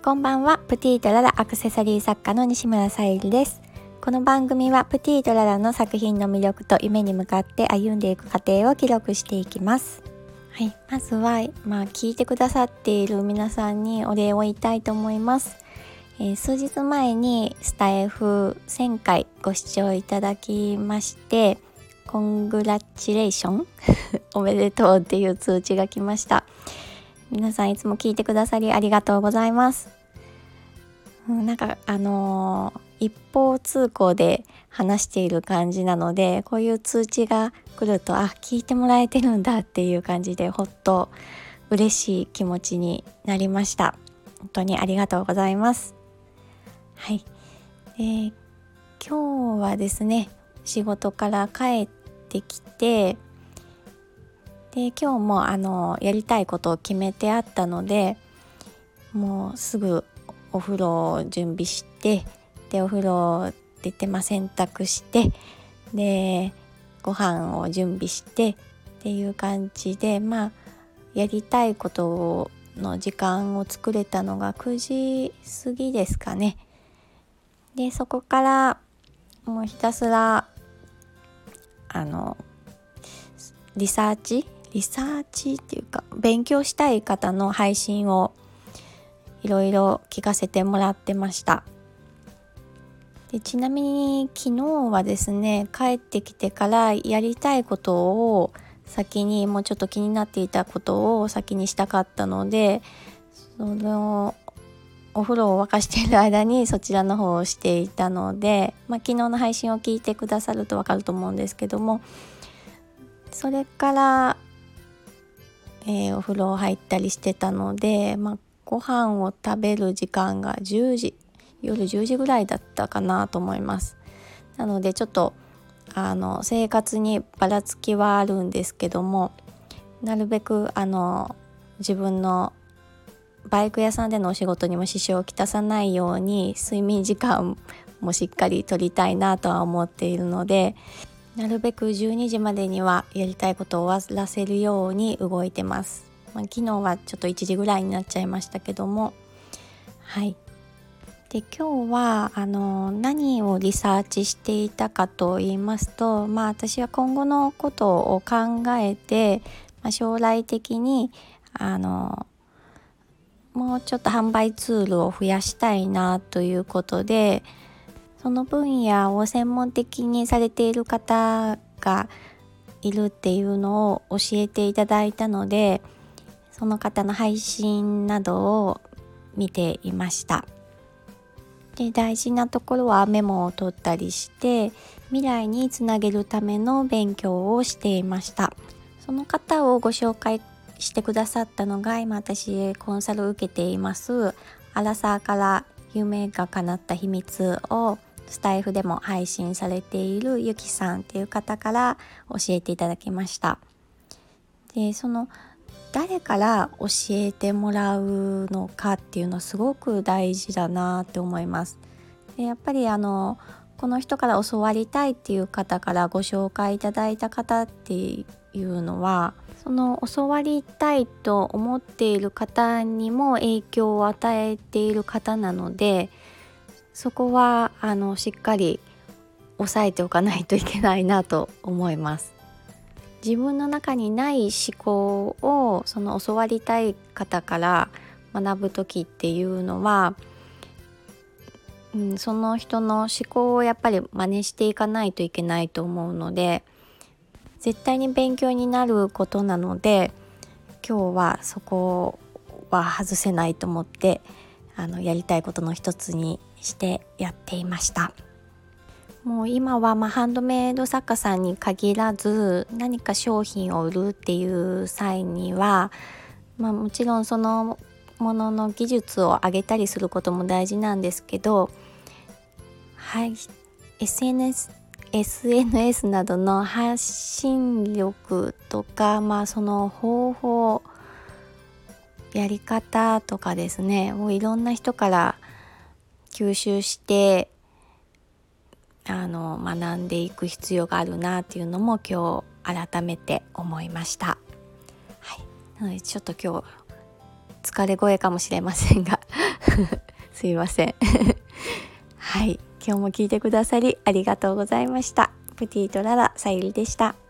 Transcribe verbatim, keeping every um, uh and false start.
こんばんは。プティートララアクセサリー作家の西村さゆりです。この番組はプティートララの作品の魅力と夢に向かって歩んでいく過程を記録していきます。はい、まずは、まあ、聞いてくださっている皆さんにお礼を言いたいと思います。えー、数日前にスタイフせんかいご視聴いただきましてコングラチュレーションおめでとうっていう通知が来ました。皆さんいつも聞いてくださりありがとうございます。うん、なんかあのー、一方通行で話している感じなので、こういう通知が来るとあ聞いてもらえてるんだっていう感じでほっと嬉しい気持ちになりました。本当にありがとうございます。はい、えー、今日はですね、仕事から帰ってきて、で今日もあのやりたいことを決めてあったので、もうすぐお風呂を準備して、でお風呂出て、まあ、洗濯して、でご飯を準備してっていう感じで、まあやりたいことの時間を作れたのがくじ過ぎですかね。でそこからもうひたすらあのリサーチリサーチっていうか勉強したい方の配信をいろいろ聞かせてもらってました。でちなみに昨日はですね、帰ってきてからやりたいことを先に、もうちょっと気になっていたことを先にしたかったので、そのお風呂を沸かしている間にそちらの方をしていたので、まあ、昨日の配信を聞いてくださると分かると思うんですけども、それからえー、お風呂入ったりしてたので、まあ、ご飯を食べる時間がじゅうじ、夜じゅうじぐらいだったかなと思います。なのでちょっとあの生活にばらつきはあるんですけども、なるべくあの自分のバイク屋さんでのお仕事にも支障をきたさないように睡眠時間もしっかり取りたいなとは思っているので、なるべくじゅうにじまでにはやりたいことを終わらせるように動いてます。まあ、昨日はちょっといちじぐらいになっちゃいましたけども、はい。で今日はあの何をリサーチしていたかと言いますと、まあ私は今後のことを考えて、まあ、将来的にあのもうちょっと販売ツールを増やしたいなということで、その分野を専門的にされている方がいるっていうのを教えていただいたので、その方の配信などを見ていました。で大事なところはメモを取ったりして未来につなげるための勉強をしていました。その方をご紹介してくださったのが、今私コンサルを受けていますアラサーから夢が叶った秘密をスタイフでも配信されているゆきさんっていう方から教えていただきました。でその誰から教えてもらうのかっていうのはすごく大事だなって思います。でやっぱりあのこの人から教わりたいっていう方からご紹介いただいた方っていうのは、その教わりたいと思っている方にも影響を与えている方なので、そこはあのしっかり押さえておかないといけないなと思います。自分の中にない思考をその教わりたい方から学ぶ時っていうのは、うん、その人の思考をやっぱり真似していかないといけないと思うので、絶対に勉強になることなので、今日はそこは外せないと思ってあのやりたいことの一つにしてやっていました。もう今はまあハンドメイド作家さんに限らず、何か商品を売るっていう際には、まあ、もちろんそのものの技術を上げたりすることも大事なんですけど、はい、エスエヌエス、エスエヌエス などの発信力とか、まあ、その方法やり方とかですねをいろんな人から吸収してあの学んでいく必要があるなっていうのも今日改めて思いました。はい、なのでちょっと今日疲れ声かもしれませんがすいませんはい、今日も聞いてくださりありがとうございました。プティとララさゆりでした。